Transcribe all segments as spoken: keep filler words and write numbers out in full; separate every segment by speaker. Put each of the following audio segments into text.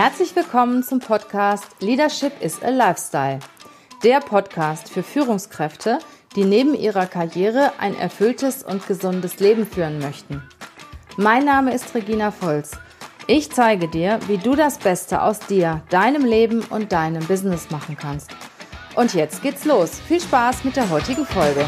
Speaker 1: Herzlich willkommen zum Podcast Leadership is a Lifestyle. Der Podcast für Führungskräfte, die neben ihrer Karriere ein erfülltes und gesundes Leben führen möchten. Mein Name ist Regina Volz. Ich zeige dir, wie du das Beste aus dir, deinem Leben und deinem Business machen kannst. Und jetzt geht's los. Viel Spaß mit der heutigen Folge.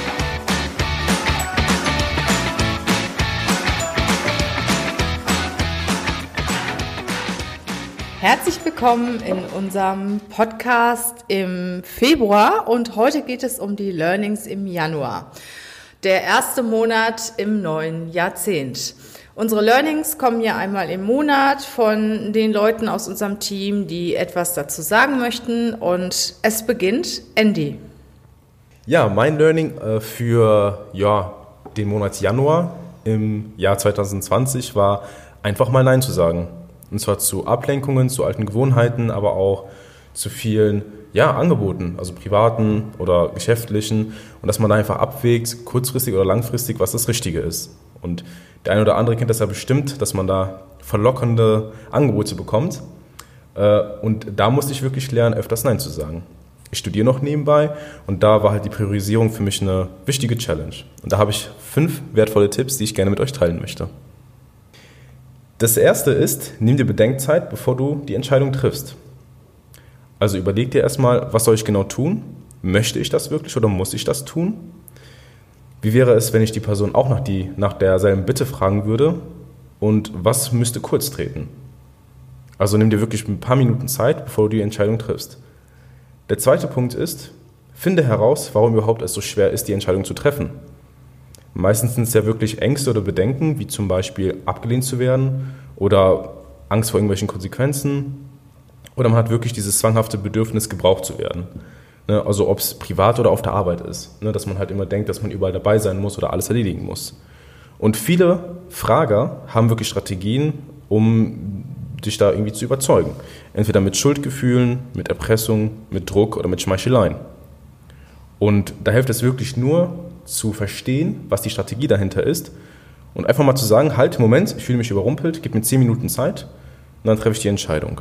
Speaker 1: Herzlich willkommen in unserem Podcast im Februar und heute geht es um die Learnings im Januar, der erste Monat im neuen Jahrzehnt. Unsere Learnings kommen ja einmal im Monat von den Leuten aus unserem Team, die etwas dazu sagen möchten, und es beginnt Andy.
Speaker 2: Ja, mein Learning äh, für ja, den Monat Januar im Jahr zwanzig zwanzig war, einfach mal Nein zu sagen. Und zwar zu Ablenkungen, zu alten Gewohnheiten, aber auch zu vielen ja, Angeboten, also privaten oder geschäftlichen. Und dass man da einfach abwägt, kurzfristig oder langfristig, was das Richtige ist. Und der eine oder andere kennt das ja bestimmt, dass man da verlockende Angebote bekommt. Und da musste ich wirklich lernen, öfters Nein zu sagen. Ich studiere noch nebenbei und da war halt die Priorisierung für mich eine wichtige Challenge. Und da habe ich fünf wertvolle Tipps, die ich gerne mit euch teilen möchte. Das erste ist, nimm dir Bedenkzeit, bevor du die Entscheidung triffst. Also überleg dir erstmal, was soll ich genau tun? Möchte ich das wirklich oder muss ich das tun? Wie wäre es, wenn ich die Person auch nach, die, nach derselben Bitte fragen würde? Und was müsste kurz treten? Also nimm dir wirklich ein paar Minuten Zeit, bevor du die Entscheidung triffst. Der zweite Punkt ist, finde heraus, warum überhaupt es so schwer ist, die Entscheidung zu treffen. Meistens sind es ja wirklich Ängste oder Bedenken, wie zum Beispiel abgelehnt zu werden oder Angst vor irgendwelchen Konsequenzen. Oder man hat wirklich dieses zwanghafte Bedürfnis, gebraucht zu werden. Also ob es privat oder auf der Arbeit ist. Dass man halt immer denkt, dass man überall dabei sein muss oder alles erledigen muss. Und viele Frager haben wirklich Strategien, um dich da irgendwie zu überzeugen. Entweder mit Schuldgefühlen, mit Erpressung, mit Druck oder mit Schmeicheleien. Und da hilft es wirklich nur, zu verstehen, was die Strategie dahinter ist und einfach mal zu sagen, halt, Moment, ich fühle mich überrumpelt, gib mir zehn Minuten Zeit und dann treffe ich die Entscheidung.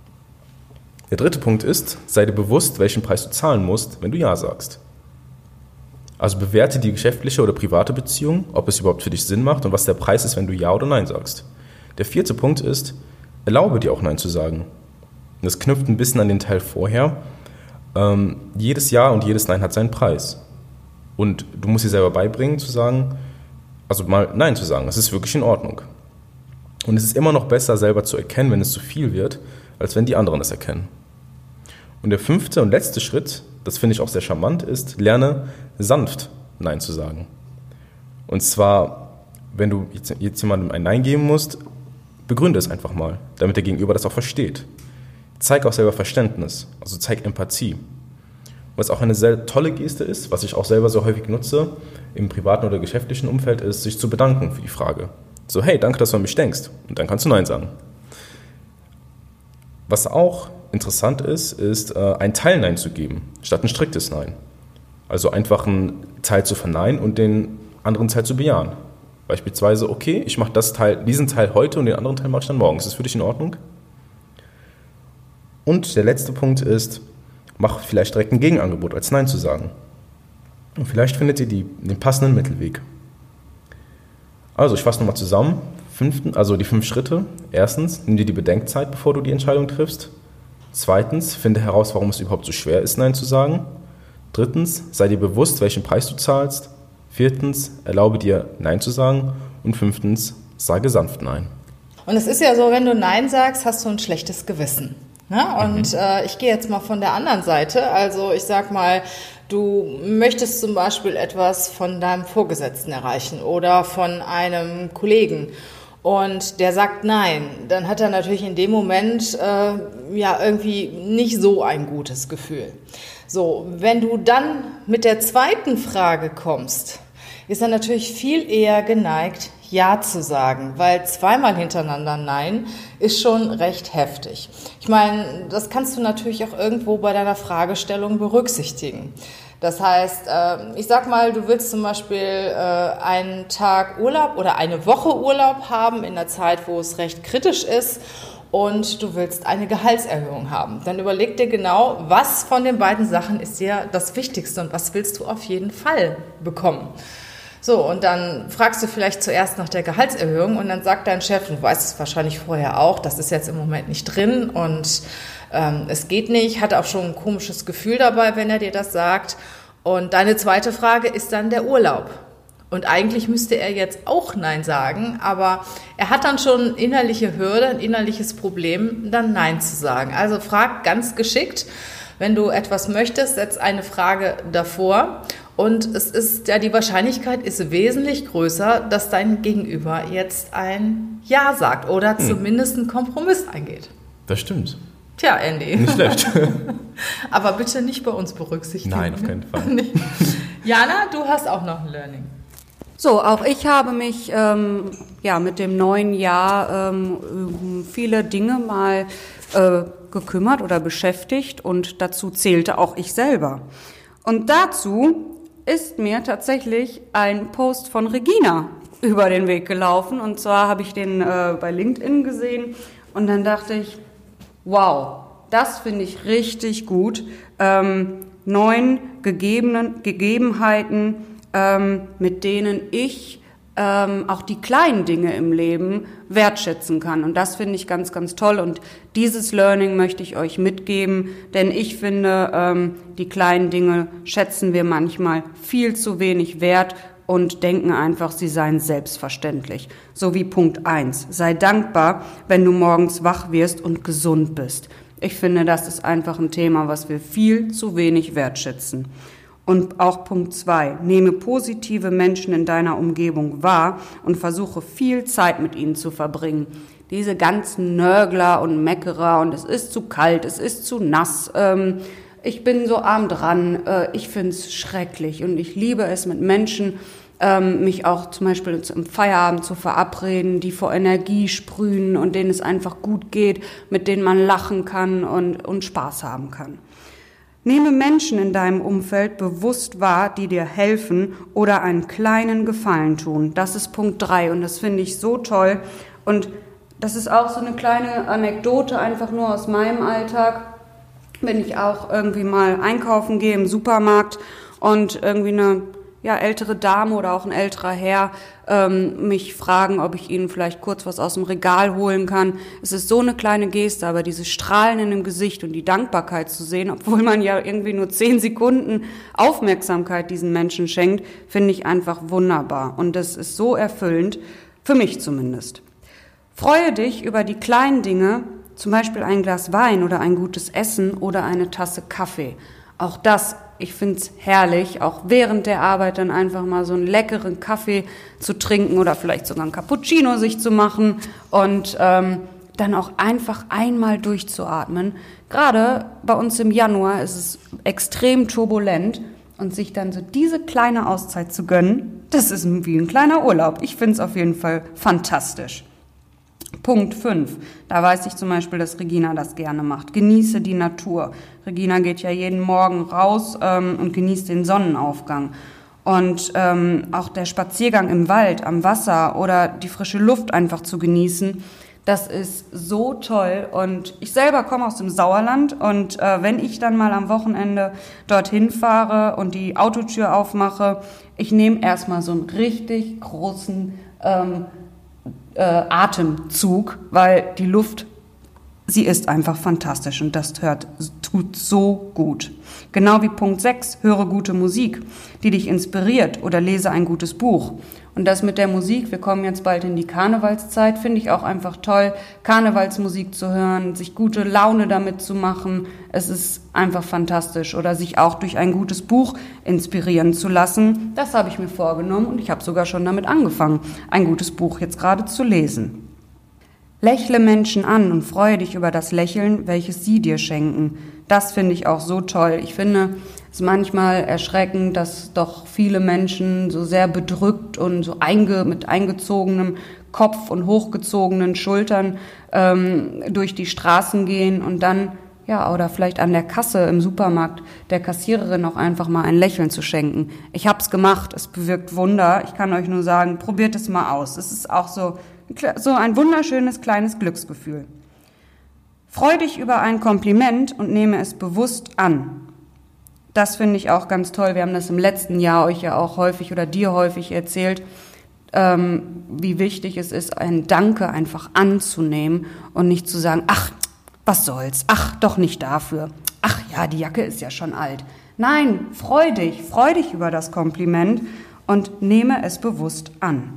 Speaker 2: Der dritte Punkt ist, sei dir bewusst, welchen Preis du zahlen musst, wenn du Ja sagst. Also bewerte die geschäftliche oder private Beziehung, ob es überhaupt für dich Sinn macht und was der Preis ist, wenn du Ja oder Nein sagst. Der vierte Punkt ist, erlaube dir auch Nein zu sagen. Und das knüpft ein bisschen an den Teil vorher. Ähm, jedes Ja und jedes Nein hat seinen Preis. Und du musst dir selber beibringen, zu sagen, also mal Nein zu sagen, das ist wirklich in Ordnung. Und es ist immer noch besser, selber zu erkennen, wenn es zu viel wird, als wenn die anderen es erkennen. Und der fünfte und letzte Schritt, das finde ich auch sehr charmant, ist, lerne sanft Nein zu sagen. Und zwar, wenn du jetzt, jetzt jemandem ein Nein geben musst, begründe es einfach mal, damit der Gegenüber das auch versteht. Zeig auch selber Verständnis, also zeig Empathie. Was auch eine sehr tolle Geste ist, was ich auch selber so häufig nutze, im privaten oder geschäftlichen Umfeld, ist, sich zu bedanken für die Frage. So, hey, danke, dass du an mich denkst. Und dann kannst du Nein sagen. Was auch interessant ist, ist, ein Teil Nein zu geben, statt ein striktes Nein. Also einfach einen Teil zu verneinen und den anderen Teil zu bejahen. Beispielsweise, okay, ich mache das Teil, diesen Teil heute und den anderen Teil mache ich dann morgen. Ist das für dich in Ordnung? Und der letzte Punkt ist, mach vielleicht direkt ein Gegenangebot, als Nein zu sagen. Und vielleicht findet ihr die, den passenden Mittelweg. Also, ich fasse nochmal zusammen. Fünften, also die fünf Schritte. Erstens, nimm dir die Bedenkzeit, bevor du die Entscheidung triffst. Zweitens, finde heraus, warum es überhaupt so schwer ist, Nein zu sagen. Drittens, sei dir bewusst, welchen Preis du zahlst. Viertens, erlaube dir, Nein zu sagen. Und fünftens, sage sanft Nein.
Speaker 1: Und es ist ja so, wenn du Nein sagst, hast du ein schlechtes Gewissen. Ja, und mhm. äh, ich gehe jetzt mal von der anderen Seite. Also ich sag mal, du möchtest zum Beispiel etwas von deinem Vorgesetzten erreichen oder von einem Kollegen und der sagt Nein. Dann hat er natürlich in dem Moment äh, ja irgendwie nicht so ein gutes Gefühl. So, wenn du dann mit der zweiten Frage kommst, ist er natürlich viel eher geneigt, Ja zu sagen, weil zweimal hintereinander Nein ist schon recht heftig. Ich meine, das kannst du natürlich auch irgendwo bei deiner Fragestellung berücksichtigen. Das heißt, ich sag mal, du willst zum Beispiel einen Tag Urlaub oder eine Woche Urlaub haben in der Zeit, wo es recht kritisch ist und du willst eine Gehaltserhöhung haben. Dann überleg dir genau, was von den beiden Sachen ist dir das Wichtigste und was willst du auf jeden Fall bekommen. So, und dann fragst du vielleicht zuerst nach der Gehaltserhöhung und dann sagt dein Chef, du weißt es wahrscheinlich vorher auch, das ist jetzt im Moment nicht drin und ähm, es geht nicht, hat auch schon ein komisches Gefühl dabei, wenn er dir das sagt. Und deine zweite Frage ist dann der Urlaub. Und eigentlich müsste er jetzt auch Nein sagen, aber er hat dann schon eine innerliche Hürde, ein innerliches Problem, dann Nein zu sagen. Also frag ganz geschickt, wenn du etwas möchtest, setz eine Frage davor. Und es ist ja, die Wahrscheinlichkeit ist wesentlich größer, dass dein Gegenüber jetzt ein Ja sagt oder hm. zumindest einen Kompromiss eingeht.
Speaker 2: Das stimmt.
Speaker 1: Tja, Andy.
Speaker 2: Nicht schlecht.
Speaker 1: Aber bitte nicht bei uns berücksichtigen.
Speaker 2: Nein, auf keinen Fall.
Speaker 1: Jana, du hast auch noch ein Learning.
Speaker 3: So, auch ich habe mich ähm, ja, mit dem neuen Jahr ähm, um viele Dinge mal äh, gekümmert oder beschäftigt und dazu zählte auch ich selber. Und dazu ist mir tatsächlich ein Post von Regina über den Weg gelaufen. Und zwar habe ich den äh, bei LinkedIn gesehen und dann dachte ich, wow, das finde ich richtig gut. Ähm, neun gegebenen, Gegebenheiten, ähm, mit denen ich ähm, auch die kleinen Dinge im Leben wertschätzen kann. Und das finde ich ganz, ganz toll. Und dieses Learning möchte ich euch mitgeben, denn ich finde, ähm, die kleinen Dinge schätzen wir manchmal viel zu wenig wert und denken einfach, sie seien selbstverständlich. So wie Punkt eins. Sei dankbar, wenn du morgens wach wirst und gesund bist. Ich finde, das ist einfach ein Thema, was wir viel zu wenig wertschätzen. Und auch Punkt zwei. Nehme positive Menschen in deiner Umgebung wahr und versuche viel Zeit mit ihnen zu verbringen. Diese ganzen Nörgler und Meckerer und es ist zu kalt, es ist zu nass, ähm, ich bin so arm dran, äh, ich finde es schrecklich und ich liebe es mit Menschen, ähm, mich auch zum Beispiel im Feierabend zu verabreden, die vor Energie sprühen und denen es einfach gut geht, mit denen man lachen kann und, und Spaß haben kann. Nehme Menschen in deinem Umfeld bewusst wahr, die dir helfen oder einen kleinen Gefallen tun. Das ist Punkt drei und das finde ich so toll. Und das ist auch so eine kleine Anekdote, einfach nur aus meinem Alltag. Wenn ich auch irgendwie mal einkaufen gehe im Supermarkt und irgendwie eine ja, ältere Dame oder auch ein älterer Herr ähm, mich fragen, ob ich ihnen vielleicht kurz was aus dem Regal holen kann. Es ist so eine kleine Geste, aber dieses Strahlen in dem Gesicht und die Dankbarkeit zu sehen, obwohl man ja irgendwie nur zehn Sekunden Aufmerksamkeit diesen Menschen schenkt, finde ich einfach wunderbar. Und das ist so erfüllend, für mich zumindest. Freue dich über die kleinen Dinge, zum Beispiel ein Glas Wein oder ein gutes Essen oder eine Tasse Kaffee. Auch das, ich finde es herrlich, auch während der Arbeit dann einfach mal so einen leckeren Kaffee zu trinken oder vielleicht sogar einen Cappuccino sich zu machen und ähm, dann auch einfach einmal durchzuatmen. Gerade bei uns im Januar ist es extrem turbulent und sich dann so diese kleine Auszeit zu gönnen, das ist wie ein kleiner Urlaub. Ich finde es auf jeden Fall fantastisch. Punkt fünf. Da weiß ich zum Beispiel, dass Regina das gerne macht. Genieße die Natur. Regina geht ja jeden Morgen raus ähm, und genießt den Sonnenaufgang. Und ähm, auch der Spaziergang im Wald, am Wasser oder die frische Luft einfach zu genießen, das ist so toll. Und ich selber komme aus dem Sauerland und äh, wenn ich dann mal am Wochenende dorthin fahre und die Autotür aufmache, ich nehme erstmal so einen richtig großen ähm, Äh, Atemzug, weil die Luft, sie ist einfach fantastisch und das hört, tut so gut. Genau wie Punkt sechs, höre gute Musik, die dich inspiriert oder lese ein gutes Buch. Und das mit der Musik, wir kommen jetzt bald in die Karnevalszeit, finde ich auch einfach toll, Karnevalsmusik zu hören, sich gute Laune damit zu machen. Es ist einfach fantastisch. Oder sich auch durch ein gutes Buch inspirieren zu lassen. Das habe ich mir vorgenommen und ich habe sogar schon damit angefangen, ein gutes Buch jetzt gerade zu lesen. Lächle Menschen an und freue dich über das Lächeln, welches sie dir schenken. Das finde ich auch so toll. Ich finde es ist manchmal erschreckend, dass doch viele Menschen so sehr bedrückt und so einge, mit eingezogenem Kopf und hochgezogenen Schultern ähm, durch die Straßen gehen und dann, ja, oder vielleicht an der Kasse im Supermarkt der Kassiererin auch einfach mal ein Lächeln zu schenken. Ich habe es gemacht, es bewirkt Wunder. Ich kann euch nur sagen, probiert es mal aus. Es ist auch so, so ein wunderschönes kleines Glücksgefühl. Freu dich über ein Kompliment und nehme es bewusst an. Das finde ich auch ganz toll. Wir haben das im letzten Jahr euch ja auch häufig oder dir häufig erzählt, ähm, wie wichtig es ist, ein Danke einfach anzunehmen und nicht zu sagen, ach, was soll's, ach, doch nicht dafür, ach ja, die Jacke ist ja schon alt. Nein, freu dich, freu dich über das Kompliment und nehme es bewusst an.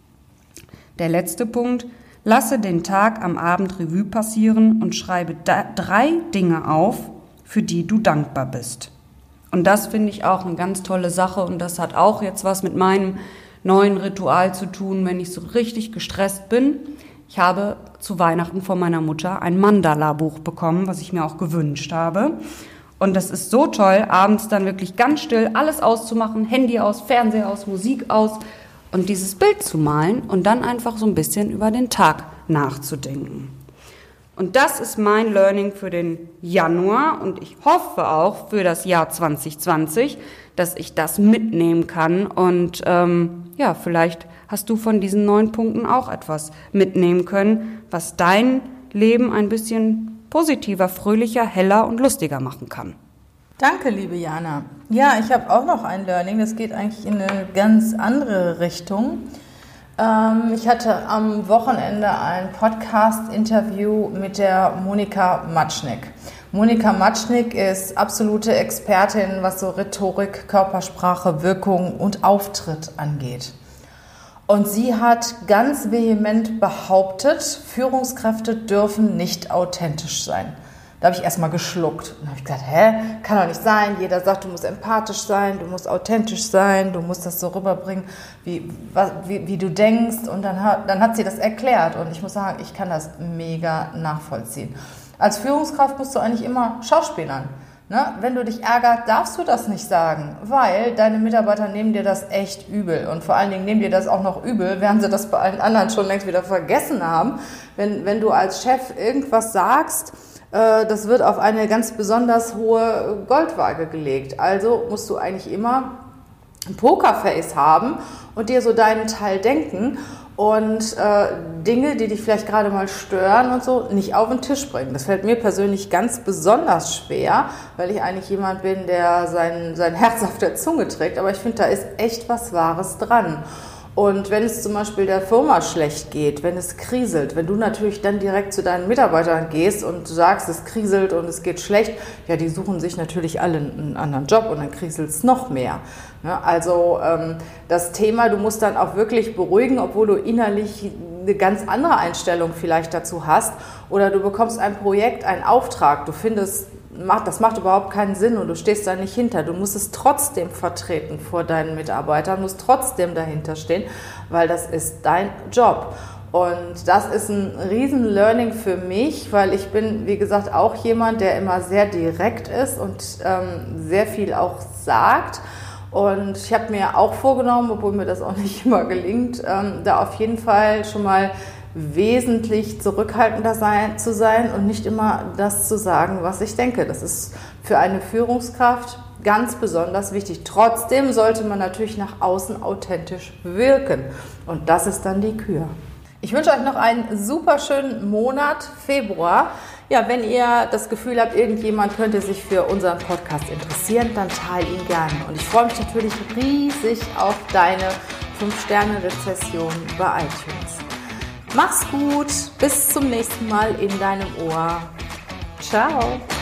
Speaker 3: Der letzte Punkt, lasse den Tag am Abend Revue passieren und schreibe da drei Dinge auf, für die du dankbar bist. Und das finde ich auch eine ganz tolle Sache und das hat auch jetzt was mit meinem neuen Ritual zu tun, wenn ich so richtig gestresst bin. Ich habe zu Weihnachten von meiner Mutter ein Mandala-Buch bekommen, was ich mir auch gewünscht habe. Und das ist so toll, abends dann wirklich ganz still alles auszumachen, Handy aus, Fernseher aus, Musik aus und dieses Bild zu malen und dann einfach so ein bisschen über den Tag nachzudenken. Und das ist mein Learning für den Januar und ich hoffe auch für das Jahr zwanzig zwanzig, dass ich das mitnehmen kann und ähm, ja, vielleicht hast du von diesen neun Punkten auch etwas mitnehmen können, was dein Leben ein bisschen positiver, fröhlicher, heller und lustiger machen kann.
Speaker 1: Danke, liebe Jana. Ja, ich habe auch noch ein Learning, das geht eigentlich in eine ganz andere Richtung. Ähm, ich hatte am Wochenende ein Podcast-Interview mit der Monika Matschnick. Monika Matschnick ist absolute Expertin, was so Rhetorik, Körpersprache, Wirkung und Auftritt angeht. Und sie hat ganz vehement behauptet, Führungskräfte dürfen nicht authentisch sein. Da habe ich erstmal geschluckt und habe gesagt, hä, kann doch nicht sein. Jeder sagt, du musst empathisch sein, du musst authentisch sein, du musst das so rüberbringen, wie, wie, wie du denkst. Und dann hat, dann hat sie das erklärt und ich muss sagen, ich kann das mega nachvollziehen. Als Führungskraft musst du eigentlich immer schauspielern. Ne? Wenn du dich ärgert, darfst du das nicht sagen, weil deine Mitarbeiter nehmen dir das echt übel. Und vor allen Dingen nehmen dir das auch noch übel, während sie das bei allen anderen schon längst wieder vergessen haben. Wenn, wenn du als Chef irgendwas sagst, äh, das wird auf eine ganz besonders hohe Goldwaage gelegt. Also musst du eigentlich immer ein Pokerface haben und dir so deinen Teil denken und äh, Dinge, die dich vielleicht gerade mal stören und so, nicht auf den Tisch bringen. Das fällt mir persönlich ganz besonders schwer, weil ich eigentlich jemand bin, der sein, sein Herz auf der Zunge trägt. Aber ich finde, da ist echt was Wahres dran. Und wenn es zum Beispiel der Firma schlecht geht, wenn es kriselt, wenn du natürlich dann direkt zu deinen Mitarbeitern gehst und sagst, es kriselt und es geht schlecht, ja, die suchen sich natürlich alle einen anderen Job und dann kriselt es noch mehr. Ja, also ähm, das Thema, du musst dann auch wirklich beruhigen, obwohl du innerlich eine ganz andere Einstellung vielleicht dazu hast oder du bekommst ein Projekt, einen Auftrag, du findest, das macht überhaupt keinen Sinn und du stehst da nicht hinter. Du musst es trotzdem vertreten vor deinen Mitarbeitern, musst trotzdem dahinter stehen, weil das ist dein Job. Und das ist ein riesen Learning für mich, weil ich bin, wie gesagt, auch jemand, der immer sehr direkt ist und ähm, sehr viel auch sagt. Und ich habe mir auch vorgenommen, obwohl mir das auch nicht immer gelingt, ähm, da auf jeden Fall schon mal wesentlich zurückhaltender sein, zu sein und nicht immer das zu sagen, was ich denke. Das ist für eine Führungskraft ganz besonders wichtig. Trotzdem sollte man natürlich nach außen authentisch wirken. Und das ist dann die Kür. Ich wünsche euch noch einen super schönen Monat Februar. Ja, wenn ihr das Gefühl habt, irgendjemand könnte sich für unseren Podcast interessieren, dann teile ihn gerne. Und ich freue mich natürlich riesig auf deine fünf Sterne Rezession bei iTunes. Mach's gut, bis zum nächsten Mal in deinem Ohr. Ciao.